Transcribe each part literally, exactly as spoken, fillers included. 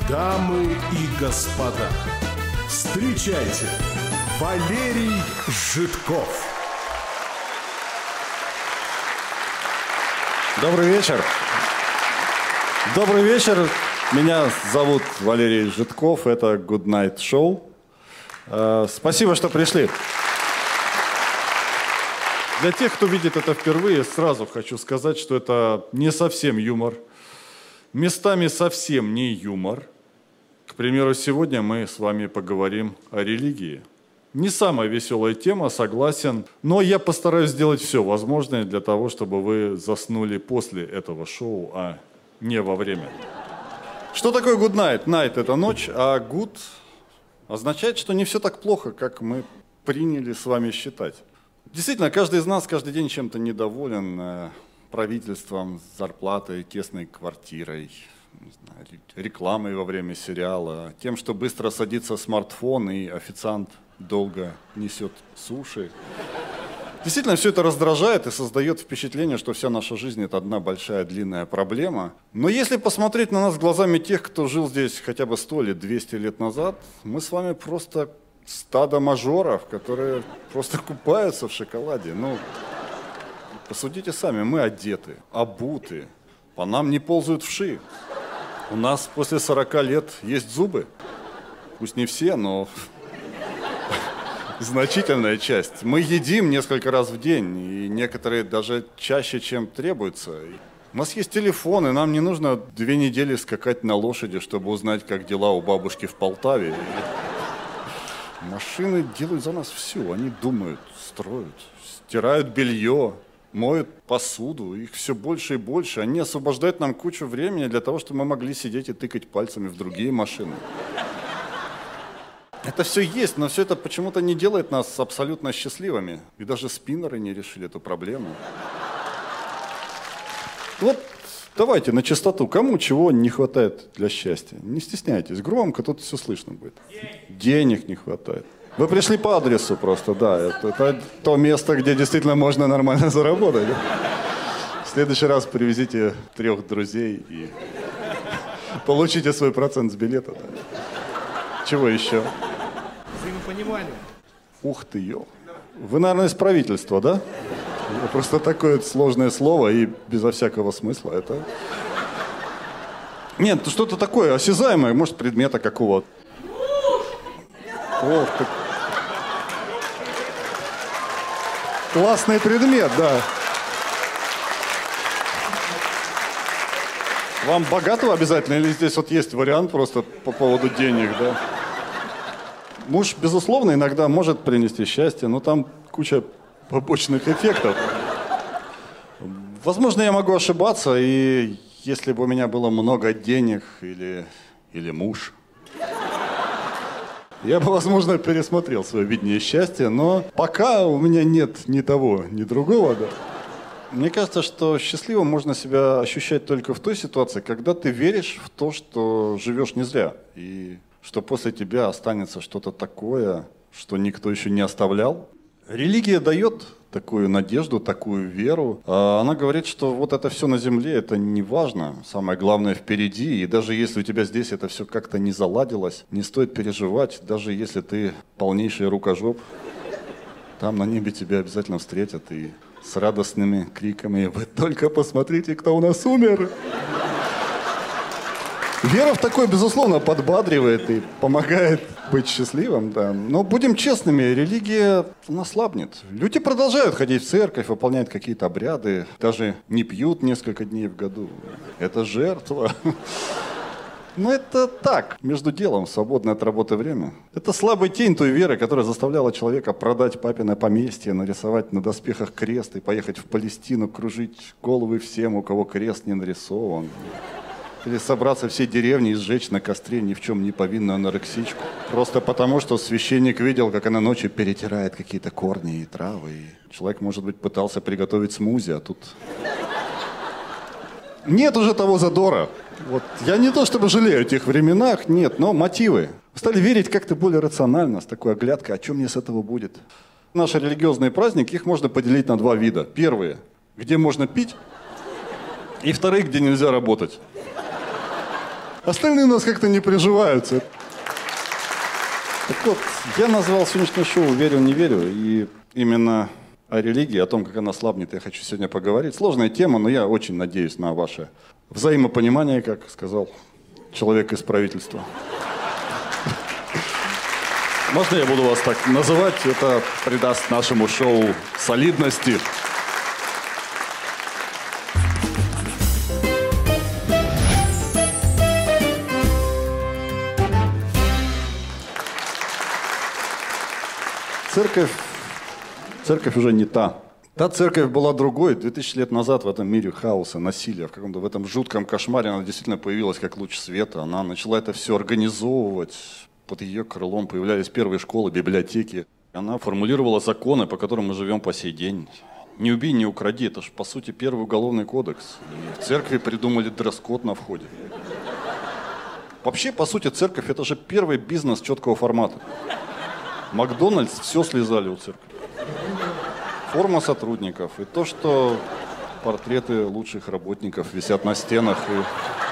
Дамы и господа, встречайте, Валерий Жидков. Добрый вечер. Добрый вечер. Меня зовут Валерий Жидков. Это Good Night Show. Э, спасибо, что пришли. Для тех, кто видит это впервые, сразу хочу сказать, что это не совсем юмор. Местами совсем не юмор. К примеру, сегодня мы с вами поговорим о религии. Не самая веселая тема, согласен, но я постараюсь сделать все возможное для того, чтобы вы заснули после этого шоу, а не во время. Что такое good night? Night – это ночь, а good означает, что не все так плохо, как мы приняли с вами считать. Действительно, каждый из нас каждый день чем-то недоволен э, правительством, зарплатой, тесной квартирой, не знаю, рекламой во время сериала, тем, что быстро садится смартфон и официант долго несет суши. Действительно, все это раздражает и создает впечатление, что вся наша жизнь – это одна большая длинная проблема. Но если посмотреть на нас глазами тех, кто жил здесь хотя бы сто или двести лет назад, мы с вами просто стадо мажоров, которые просто купаются в шоколаде. Ну, посудите сами, мы одеты, обуты, по нам не ползают вши. У нас после сорока лет есть зубы. Пусть не все, но значительная часть. Мы едим несколько раз в день, и некоторые даже чаще, чем требуется. У нас есть телефон, и нам не нужно две недели скакать на лошади, чтобы узнать, как дела у бабушки в Полтаве. Машины делают за нас все. Они думают, строят, стирают белье, моют посуду. Их все больше и больше. Они освобождают нам кучу времени для того, чтобы мы могли сидеть и тыкать пальцами в другие машины. Это все есть, но все это почему-то не делает нас абсолютно счастливыми. И даже спиннеры не решили эту проблему. Вот давайте на чистоту. Кому чего не хватает для счастья? Не стесняйтесь. Громко, тут все слышно будет. Денег не хватает. Вы пришли по адресу просто, да. Это, это то место, где действительно можно нормально заработать. В следующий раз привезите трех друзей и получите свой процент с билета. Да. Чего еще? Взаимопонимание. Ух ты, ё. Вы, наверное, из правительства, да? Просто такое сложное слово и безо всякого смысла. Это... Нет, что-то такое осязаемое, может, предмета какого-то. Ох, так... Классный предмет, да. Вам богатого обязательно или здесь вот есть вариант просто по поводу денег, да? Муж, безусловно, иногда может принести счастье, но там куча побочных эффектов. Возможно, я могу ошибаться, и если бы у меня было много денег или, или муж, я бы, возможно, пересмотрел свое видение счастья, но пока у меня нет ни того, ни другого, да. Мне кажется, что счастливым можно себя ощущать только в той ситуации, когда ты веришь в то, что живешь не зря, и что после тебя останется что-то такое, что никто еще не оставлял. Религия дает такую надежду, такую веру. Она говорит, что вот это все на земле, это не важно. Самое главное впереди. И даже если у тебя здесь это все как-то не заладилось, не стоит переживать. Даже если ты полнейший рукожоп, там на небе тебя обязательно встретят. И с радостными криками: «Вы только посмотрите, кто у нас умер!» Вера в такое, безусловно, подбадривает и помогает быть счастливым, да. Но будем честными, религия, она слабнет. Люди продолжают ходить в церковь, выполняют какие-то обряды, даже не пьют несколько дней в году. Это жертва. Но это так, между делом, свободное от работы время. Это слабая тень той веры, которая заставляла человека продать папино поместье, нарисовать на доспехах крест и поехать в Палестину, кружить головы всем, у кого крест не нарисован. Или собраться всей деревни и сжечь на костре ни в чем не повинную анорексичку. Просто потому, что священник видел, как она ночью перетирает какие-то корни и травы. И человек, может быть, пытался приготовить смузи, а тут... Нет уже того задора. Вот. Я не то чтобы жалею о тех временах, нет, но мотивы. Стали верить как-то более рационально, с такой оглядкой, а что мне с этого будет. Наши религиозные праздники, их можно поделить на два вида. Первые, где можно пить, и вторые, где нельзя работать. Остальные у нас как-то не приживаются. Так вот, я назвал сегодняшнее шоу «Верю, не верю». И именно о религии, о том, как она слабнет, я хочу сегодня поговорить. Сложная тема, но я очень надеюсь на ваше взаимопонимание, как сказал человек из правительства. Можно я буду вас так называть? Это придаст нашему шоу солидности. Церковь, церковь уже не та. Та церковь была другой. Две тысячи лет назад в этом мире хаоса, насилия, в каком-то в этом жутком кошмаре она действительно появилась как луч света. Она начала это все организовывать. Под ее крылом появлялись первые школы, библиотеки. Она формулировала законы, по которым мы живем по сей день. Не убей, не укради. Это же, по сути, первый уголовный кодекс. И в церкви придумали дресс-код на входе. Вообще, по сути, церковь – это же первый бизнес четкого формата. Макдональдс все слезали у церкви. Форма сотрудников и то, что портреты лучших работников висят на стенах. И...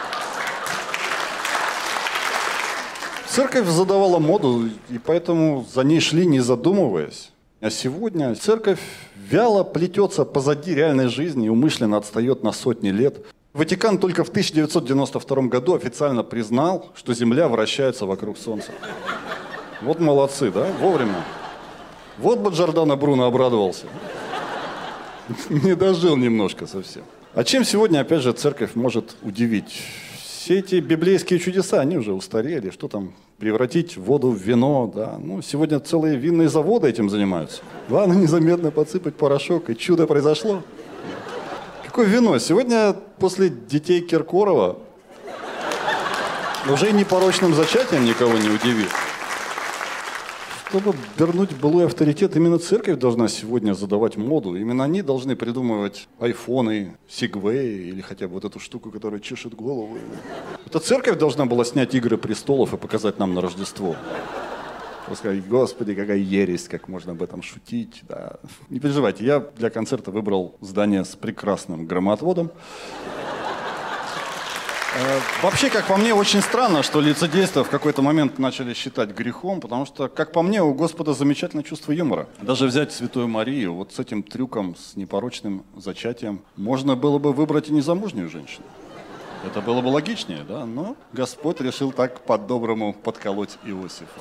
Церковь задавала моду, и поэтому за ней шли, не задумываясь. А сегодня церковь вяло плетется позади реальной жизни и умышленно отстает на сотни лет. Ватикан только в тысяча девятьсот девяносто втором году официально признал, что Земля вращается вокруг Солнца. Вот молодцы, да? Вовремя. Вот бы Джордано Бруно обрадовался. Не дожил немножко совсем. А чем сегодня, опять же, церковь может удивить? Все эти библейские чудеса, они уже устарели. Что там, превратить воду в вино, да? Ну, сегодня целые винные заводы этим занимаются. Главное, незаметно подсыпать порошок, и чудо произошло. Какое вино? Сегодня после детей Киркорова уже и непорочным зачатием никого не удивит. Чтобы вернуть былой авторитет, именно церковь должна сегодня задавать моду. Именно они должны придумывать айфоны, сегвеи или хотя бы вот эту штуку, которая чешет голову. Эта церковь должна была снять «Игры престолов» и показать нам на Рождество. Сказать: Господи, какая ересь, как можно об этом шутить. Да. Не переживайте, я для концерта выбрал здание с прекрасным громоотводом. Вообще, как по мне, очень странно, что лицедейство в какой-то момент начали считать грехом, потому что, как по мне, у Господа замечательное чувство юмора. Даже взять Святую Марию, вот с этим трюком, с непорочным зачатием, можно было бы выбрать и незамужнюю женщину. Это было бы логичнее, да? Но Господь решил так по-доброму подколоть Иосифа.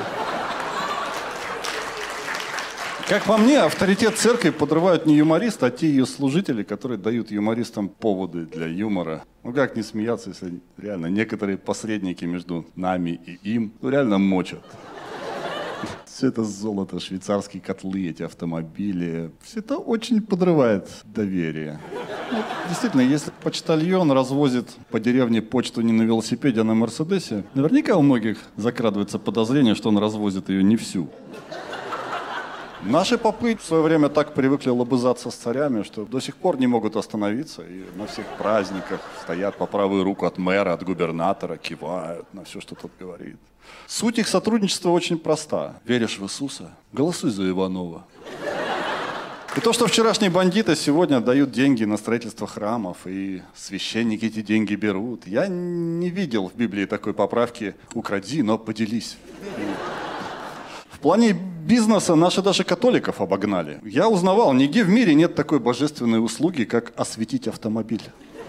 Как по мне, авторитет церкви подрывают не юмористы, а те ее служители, которые дают юмористам поводы для юмора. Ну как не смеяться, если реально некоторые посредники между нами и им ну, реально мочат. Все это золото, швейцарские котлы, эти автомобили. Все это очень подрывает доверие. Вот, действительно, если почтальон развозит по деревне почту не на велосипеде, а на Мерседесе, наверняка у многих закрадывается подозрение, что он развозит ее не всю. Наши попы в свое время так привыкли лобызаться с царями, что до сих пор не могут остановиться. И на всех праздниках стоят по правую руку от мэра, от губернатора, кивают на все, что тот говорит. Суть их сотрудничества очень проста. Веришь в Иисуса? Голосуй за Иванова. И то, что вчерашние бандиты сегодня дают деньги на строительство храмов, и священники эти деньги берут. Я не видел в Библии такой поправки «укради, но поделись». В плане бизнеса наши даже католиков обогнали. Я узнавал, нигде в мире нет такой божественной услуги, как осветить автомобиль.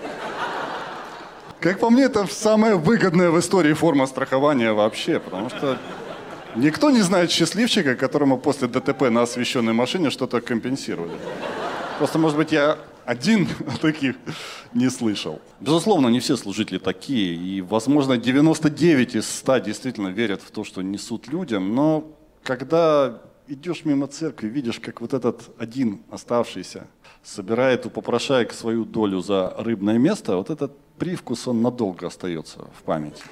Как по мне, это самая выгодная в истории форма страхования вообще, потому что никто не знает счастливчика, которому после ДТП на освещенной машине что-то компенсировали. Просто, может быть, я один таких не слышал. Безусловно, не все служители такие, и, возможно, девяносто девять из ста действительно верят в то, что несут людям, но когда идешь мимо церкви, видишь, как вот этот один оставшийся собирает у попрошаек свою долю за рыбное место, вот этот привкус, он надолго остается в памяти.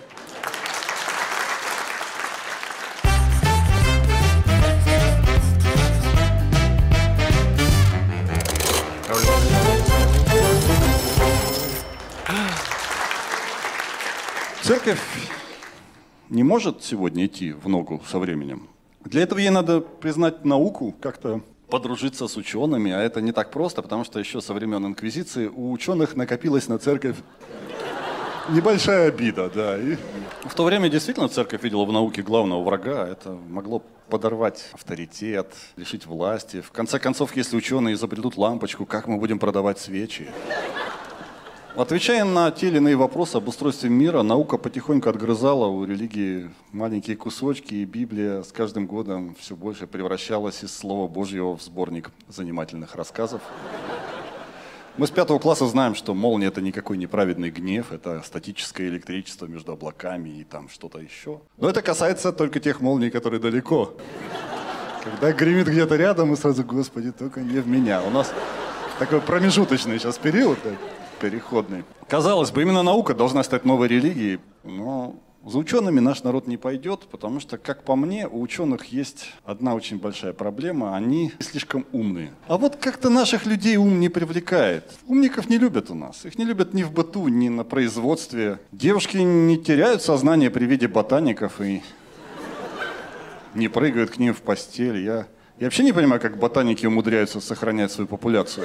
Церковь не может сегодня идти в ногу со временем. Для этого ей надо признать науку, как-то подружиться с учеными, а это не так просто, потому что еще со времен Инквизиции у ученых накопилось на церковь Небольшая обида, да. И... В то время действительно церковь видела в науке главного врага. Это могло подорвать авторитет, лишить власти. В конце концов, если ученые изобретут лампочку, как мы будем продавать свечи? Отвечая на те или иные вопросы об устройстве мира, наука потихоньку отгрызала у религии маленькие кусочки, и Библия с каждым годом все больше превращалась из Слова Божьего в сборник занимательных рассказов. Мы с пятого класса знаем, что молния — это никакой неправедный гнев, это статическое электричество между облаками и там что-то еще. Но это касается только тех молний, которые далеко. Когда гремит где-то рядом, мы сразу: Господи, только не в меня. У нас такой промежуточный сейчас период, переходный. Казалось бы, именно наука должна стать новой религией, но за учеными наш народ не пойдет, потому что, как по мне, у ученых есть одна очень большая проблема: они слишком умные. А вот как-то наших людей ум не привлекает. Умников не любят у нас. Их не любят ни в быту, ни на производстве. Девушки не теряют сознание при виде ботаников и не прыгают к ним в постель. Я, я вообще не понимаю, как ботаники умудряются сохранять свою популяцию.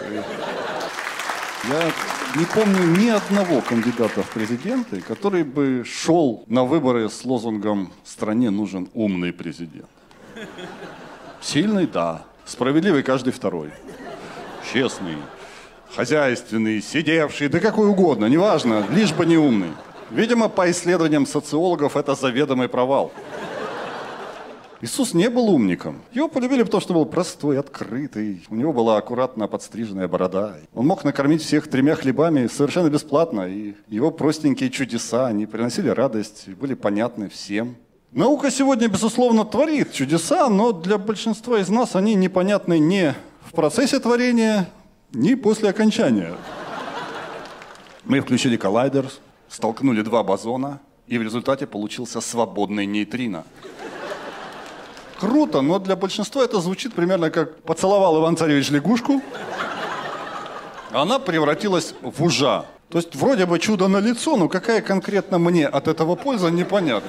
Я не помню ни одного кандидата в президенты, который бы шел на выборы с лозунгом «Стране нужен умный президент». Сильный – да. Справедливый – каждый второй. Честный, хозяйственный, сидевший, да какой угодно, неважно, лишь бы не умный. Видимо, по исследованиям социологов, это заведомый провал. Иисус не был умником. Его полюбили, потому что был простой, открытый. У него была аккуратно подстриженная борода. Он мог накормить всех тремя хлебами совершенно бесплатно. И его простенькие чудеса, они приносили радость, были понятны всем. Наука сегодня, безусловно, творит чудеса, но для большинства из нас они непонятны ни в процессе творения, ни после окончания. Мы включили коллайдер, столкнули два бозона, и в результате получился свободный нейтрино. Круто, но для большинства это звучит примерно как: поцеловал Иван Царевич лягушку, она превратилась в ужа. То есть вроде бы чудо налицо, но какая конкретно мне от этого польза, непонятно.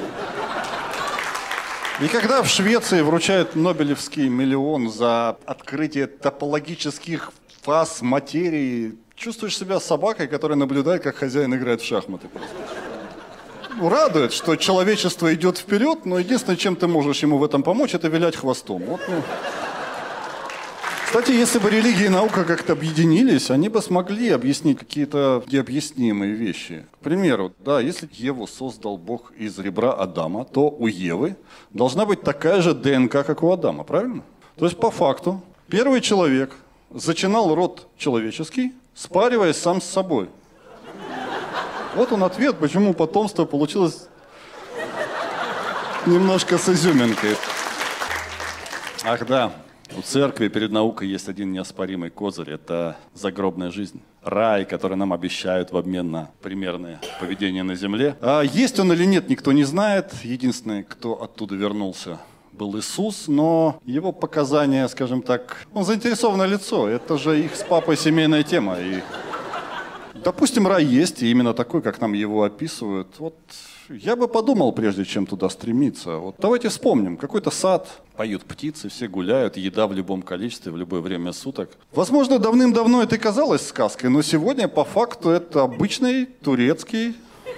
И когда в Швеции вручают Нобелевский миллион за открытие топологических фаз материи, чувствуешь себя собакой, которая наблюдает, как хозяин играет в шахматы. Радует, что человечество идет вперед, но единственное, чем ты можешь ему в этом помочь, это вилять хвостом. Вот, ну. Кстати, если бы религия и наука как-то объединились, они бы смогли объяснить какие-то необъяснимые вещи. К примеру, да, если Еву создал Бог из ребра Адама, то у Евы должна быть такая же ДНК, как у Адама, правильно? То есть, по факту, первый человек зачинал род человеческий, спариваясь сам с собой. Вот он ответ, почему потомство получилось немножко с изюминкой. Ах да, у церкви перед наукой есть один неоспоримый козырь. Это загробная жизнь. Рай, который нам обещают в обмен на примерное поведение на земле. А есть он или нет, никто не знает. Единственный, кто оттуда вернулся, был Иисус, но его показания, скажем так, он заинтересованное лицо. Это же их с папой семейная тема. И... Допустим, рай есть, и именно такой, как нам его описывают. Вот я бы подумал, прежде чем туда стремиться. Вот давайте вспомним. Какой-то сад, поют птицы, все гуляют, еда в любом количестве, в любое время суток. Возможно, давным-давно это и казалось сказкой, но сегодня по факту это обычный турецкий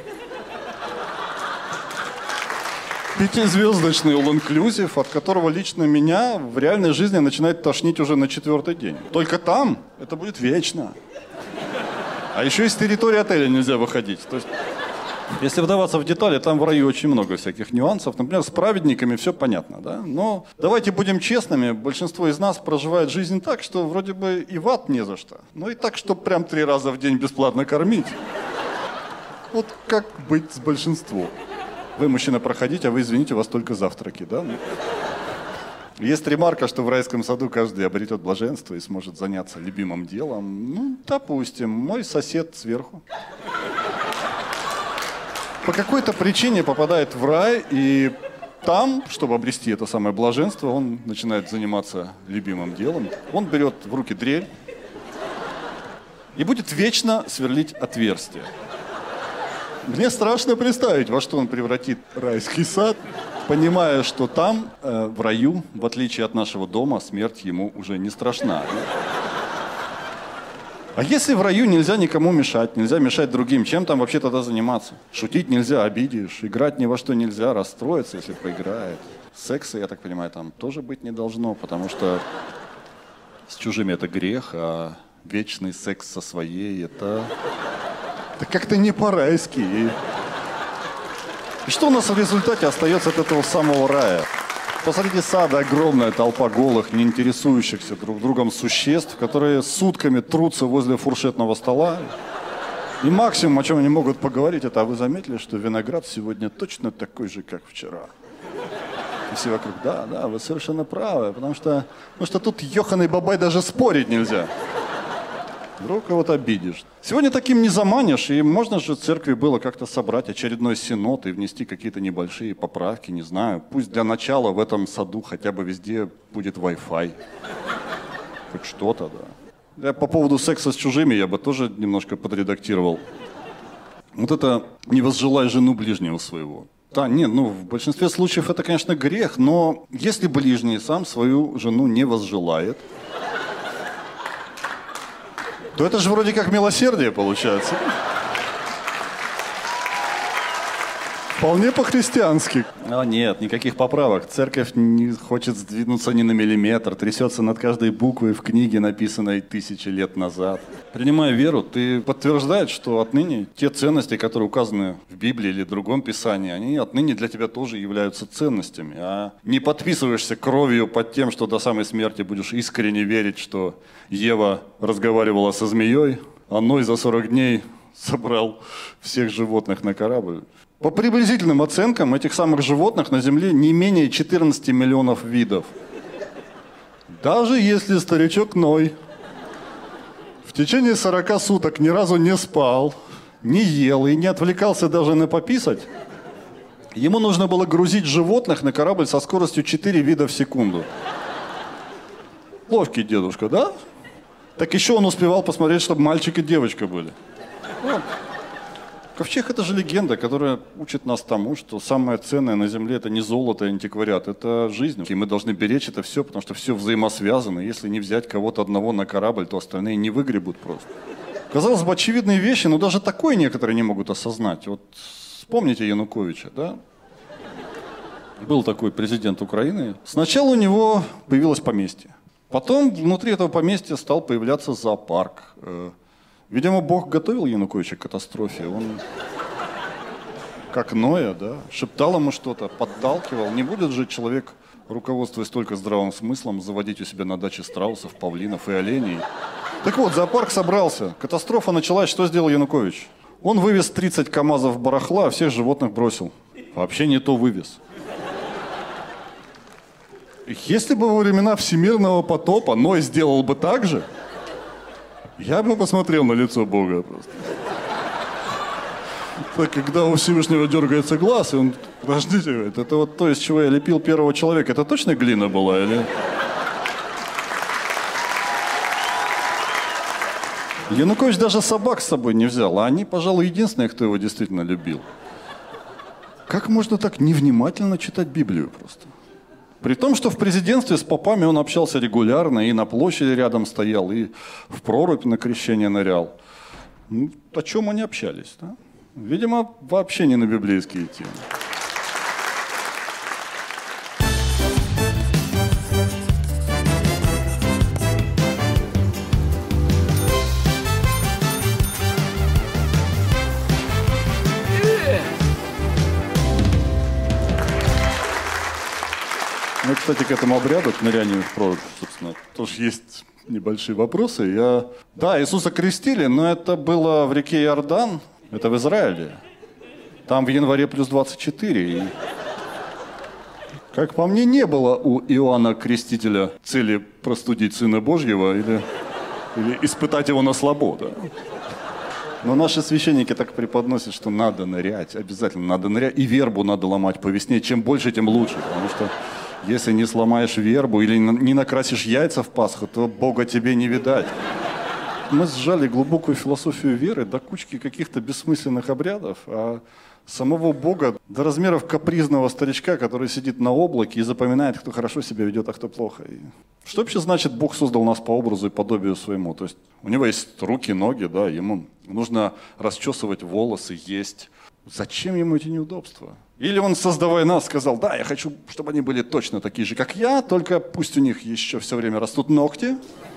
пятизвездочный all-inclusive, от которого лично меня в реальной жизни начинает тошнить уже на четвертый день. Только там это будет вечно. А еще из территории отеля нельзя выходить. То есть, если вдаваться в детали, там в раю очень много всяких нюансов. Например, с праведниками все понятно, да? Но давайте будем честными, большинство из нас проживает жизнь так, что вроде бы и в ад не за что. Но и так, чтобы прям три раза в день бесплатно кормить. Вот как быть с большинством? Вы, мужчина, проходите, а вы, извините, у вас только завтраки, да? Есть ремарка, что в райском саду каждый обретет блаженство и сможет заняться любимым делом. Ну, допустим, мой сосед сверху по какой-то причине попадает в рай, и там, чтобы обрести это самое блаженство, он начинает заниматься любимым делом. Он берет в руки дрель и будет вечно сверлить отверстия. Мне страшно представить, во что он превратит райский сад, понимая, что там, э, в раю, в отличие от нашего дома, смерть ему уже не страшна. А если в раю нельзя никому мешать, нельзя мешать другим, чем там вообще тогда заниматься? Шутить нельзя, обидишь, играть ни во что нельзя, расстроиться, если проиграет. Секса, я так понимаю, там тоже быть не должно, потому что с чужими это грех, а вечный секс со своей это... Это как-то не по-райски. И что у нас в результате остается от этого самого рая? Посреди сада огромная толпа голых, не интересующихся друг другом существ, которые сутками трутся возле фуршетного стола. И максимум, о чем они могут поговорить, это: а вы заметили, что виноград сегодня точно такой же, как вчера? И все вокруг: да, да, вы совершенно правы, потому что, потому что тут ёханый бабай даже спорить нельзя. Вдруг кого-то обидишь. Сегодня таким не заманишь, и можно же в церкви было как-то собрать очередной синод и внести какие-то небольшие поправки, не знаю. Пусть для начала в этом саду хотя бы везде будет Wi-Fi. Хоть что-то, да. Я по поводу секса с чужими я бы тоже немножко подредактировал. Вот это «не возжелай жену ближнего своего». Да, нет, ну в большинстве случаев это, конечно, грех, но если ближний сам свою жену не возжелает, то это же вроде как милосердие получается. Вполне по-христиански. А нет, никаких поправок. Церковь не хочет сдвинуться ни на миллиметр, трясется над каждой буквой в книге, написанной тысячи лет назад. Принимая веру, ты подтверждаешь, что отныне те ценности, которые указаны в Библии или в другом Писании, они отныне для тебя тоже являются ценностями. А не подписываешься кровью под тем, что до самой смерти будешь искренне верить, что Ева разговаривала со змеей, а Ной за сорок дней собрал всех животных на корабль. По приблизительным оценкам, этих самых животных на Земле не менее четырнадцати миллионов видов. Даже если старичок Ной в течение сорока суток ни разу не спал, не ел и не отвлекался даже на пописать, ему нужно было грузить животных на корабль со скоростью четыре вида в секунду. Ловкий дедушка, да? Так еще он успевал посмотреть, чтобы мальчик и девочка были. Вот. Ковчег — это же легенда, которая учит нас тому, что самое ценное на земле — это не золото и антиквариат, это жизнь. И мы должны беречь это все, потому что все взаимосвязано. Если не взять кого-то одного на корабль, то остальные не выгребут просто. Казалось бы, очевидные вещи, но даже такое некоторые не могут осознать. Вот вспомните Януковича, да? Был такой президент Украины. Сначала у него появилось поместье. Потом внутри этого поместья стал появляться зоопарк. Видимо, Бог готовил Януковича к катастрофе. Он, как Ноя, да, шептал ему что-то, подталкивал. Не будет же человек, руководствуясь только здравым смыслом, заводить у себя на даче страусов, павлинов и оленей. Так вот, зоопарк собрался. Катастрофа началась. Что сделал Янукович? Он вывез тридцать КАМАЗов барахла, а всех животных бросил. Вообще не то вывез. Если бы во времена всемирного потопа Ной сделал бы так же, я бы посмотрел на лицо Бога просто. Так, когда у Всевышнего дергается глаз, и он: подождите, говорит, это вот то, из чего я лепил первого человека, это точно глина была, или... Янукович даже собак с собой не взял, а они, пожалуй, единственные, кто его действительно любил. Как можно так невнимательно читать Библию просто? При том, что в президентстве с попами он общался регулярно, и на площади рядом стоял, и в прорубь на крещение нырял. Ну, о чем они общались, да? Видимо, вообще не на библейские темы. Ну, кстати, к этому обряду, к нырянию в прорубь, собственно, тоже есть небольшие вопросы. Я... Да, Иисуса крестили, но это было в реке Иордан, это в Израиле. Там в январе плюс двадцать четыре. И... Как по мне, не было у Иоанна Крестителя цели простудить Сына Божьего или, или испытать его на слабо, да? Но наши священники так преподносят, что надо нырять, обязательно надо нырять. И вербу надо ломать по весне. Чем больше, тем лучше, потому что... Если не сломаешь вербу или не накрасишь яйца в Пасху, то Бога тебе не видать. Мы сжали глубокую философию веры до кучки каких-то бессмысленных обрядов, а самого Бога до размеров капризного старичка, который сидит на облаке и запоминает, кто хорошо себя ведет, а кто плохо. И что вообще значит Бог создал нас по образу и подобию своему? То есть у него есть руки, ноги, да, ему нужно расчесывать волосы, есть. Зачем ему эти неудобства? Или он, создавая нас, сказал: да, я хочу, чтобы они были точно такие же, как я, только пусть у них еще все время растут ногти,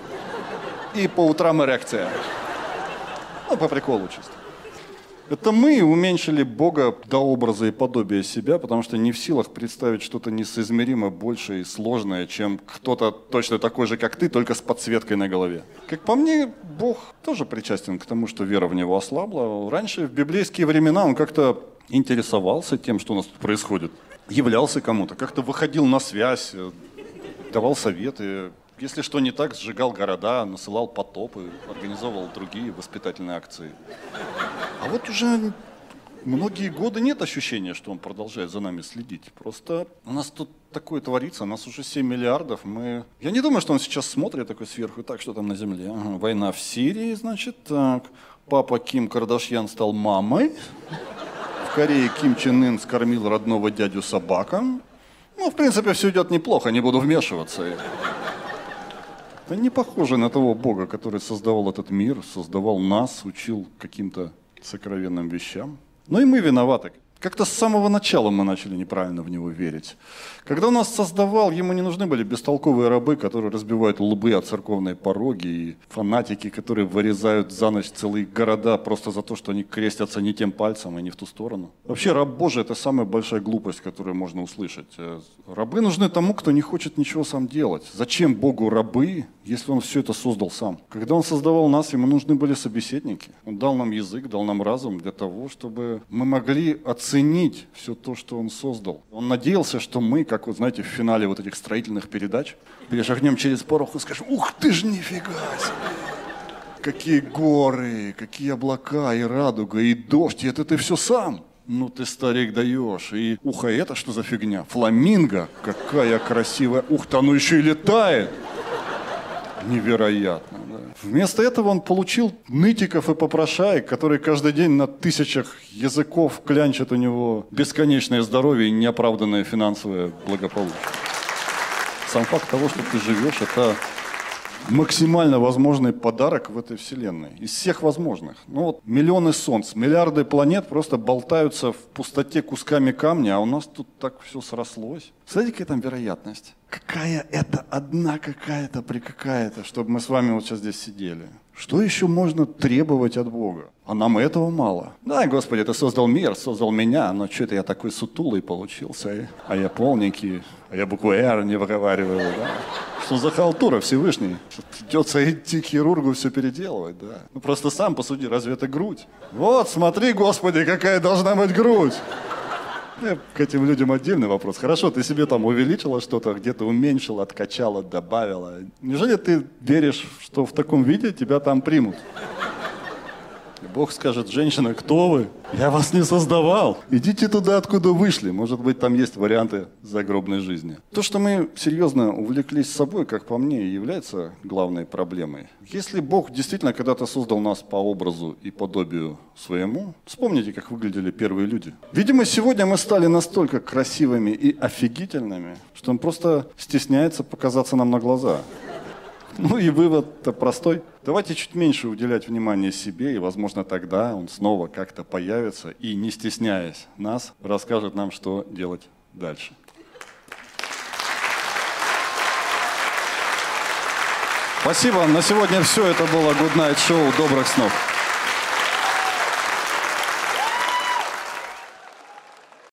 и по утрам эрекция. Ну, по приколу чисто. Это мы уменьшили Бога до образа и подобия себя, потому что не в силах представить что-то несоизмеримо большее и сложное, чем кто-то точно такой же, как ты, только с подсветкой на голове. Как по мне, Бог тоже причастен к тому, что вера в Него ослабла. Раньше, в библейские времена, Он как-то интересовался тем, что у нас тут происходит. Являлся кому-то, как-то выходил на связь, давал советы. Если что не так, сжигал города, насылал потопы, организовывал другие воспитательные акции. А вот уже многие годы нет ощущения, что он продолжает за нами следить. Просто у нас тут такое творится, у нас уже семь миллиардов. Мы... Я не думаю, что он сейчас смотрит такой сверху, так, что там на земле. Ага, война в Сирии, значит, так. Папа Ким Кардашьян стал мамой. В Корее Ким Чен Ын скормил родного дядю собакам. Ну, в принципе, все идет неплохо, не буду вмешиваться. Это не похоже на того Бога, который создавал этот мир, создавал нас, учил каким-то сокровенным вещам. Но и мы виноваты. Как-то с самого начала мы начали неправильно в Него верить. Когда Он нас создавал, Ему не нужны были бестолковые рабы, которые разбивают лбы о церковные пороги, и фанатики, которые вырезают за ночь целые города просто за то, что они крестятся не тем пальцем и не в ту сторону. Вообще, раб Божий – это самая большая глупость, которую можно услышать. Рабы нужны тому, кто не хочет ничего сам делать. Зачем Богу рабы, если Он все это создал сам? Когда Он создавал нас, Ему нужны были собеседники. Он дал нам язык, дал нам разум для того, чтобы мы могли оценить все то, что Он создал. Он надеялся, что мы, как вот знаете, в финале вот этих строительных передач, перешагнем через порог и скажем: ух ты ж, нифига себе! Какие горы, какие облака, и радуга, и дождь, и это ты все сам. Ну ты, старик, даешь. И ух, а это что за фигня? Фламинго? Какая красивая. Ух ты, оно еще и летает. Невероятно, да. Вместо этого он получил нытиков и попрошаек, которые каждый день на тысячах языков клянчат у него бесконечное здоровье и неоправданное финансовое благополучие. Сам факт того, что ты живешь, это максимально возможный подарок в этой вселенной. Из всех возможных. Ну вот миллионы солнц, миллиарды планет просто болтаются в пустоте кусками камня, а у нас тут так все срослось. Смотрите, какая там вероятность. Какая это одна какая-то при какая-то, чтобы мы с вами вот сейчас здесь сидели. Что еще можно требовать от Бога? А нам и этого мало. Да, Господи, Ты создал мир, создал меня, но что-то я такой сутулый получился, а я полненький, а я букву «Р» не выговариваю, да? Что за халтура Всевышний? Придется идти к хирургу все переделывать, да? Ну просто сам посуди, разве это грудь? Вот, смотри, Господи, какая должна быть грудь! К этим людям отдельный вопрос. Хорошо, ты себе там увеличила что-то, где-то уменьшила, откачала, добавила. Неужели ты веришь, что в таком виде тебя там примут? И Бог скажет: женщина, кто вы? Я вас не создавал. Идите туда, откуда вышли. Может быть, там есть варианты загробной жизни. То, что мы серьезно увлеклись собой, как по мне, является главной проблемой. Если Бог действительно когда-то создал нас по образу и подобию своему, вспомните, как выглядели первые люди. Видимо, сегодня мы стали настолько красивыми и офигительными, что Он просто стесняется показаться нам на глаза. Ну и вывод-то простой. Давайте чуть меньше уделять внимание себе, и, возможно, тогда Он снова как-то появится и, не стесняясь нас, расскажет нам, что делать дальше. Спасибо. На сегодня все. Это было Good Night Show. Добрых снов.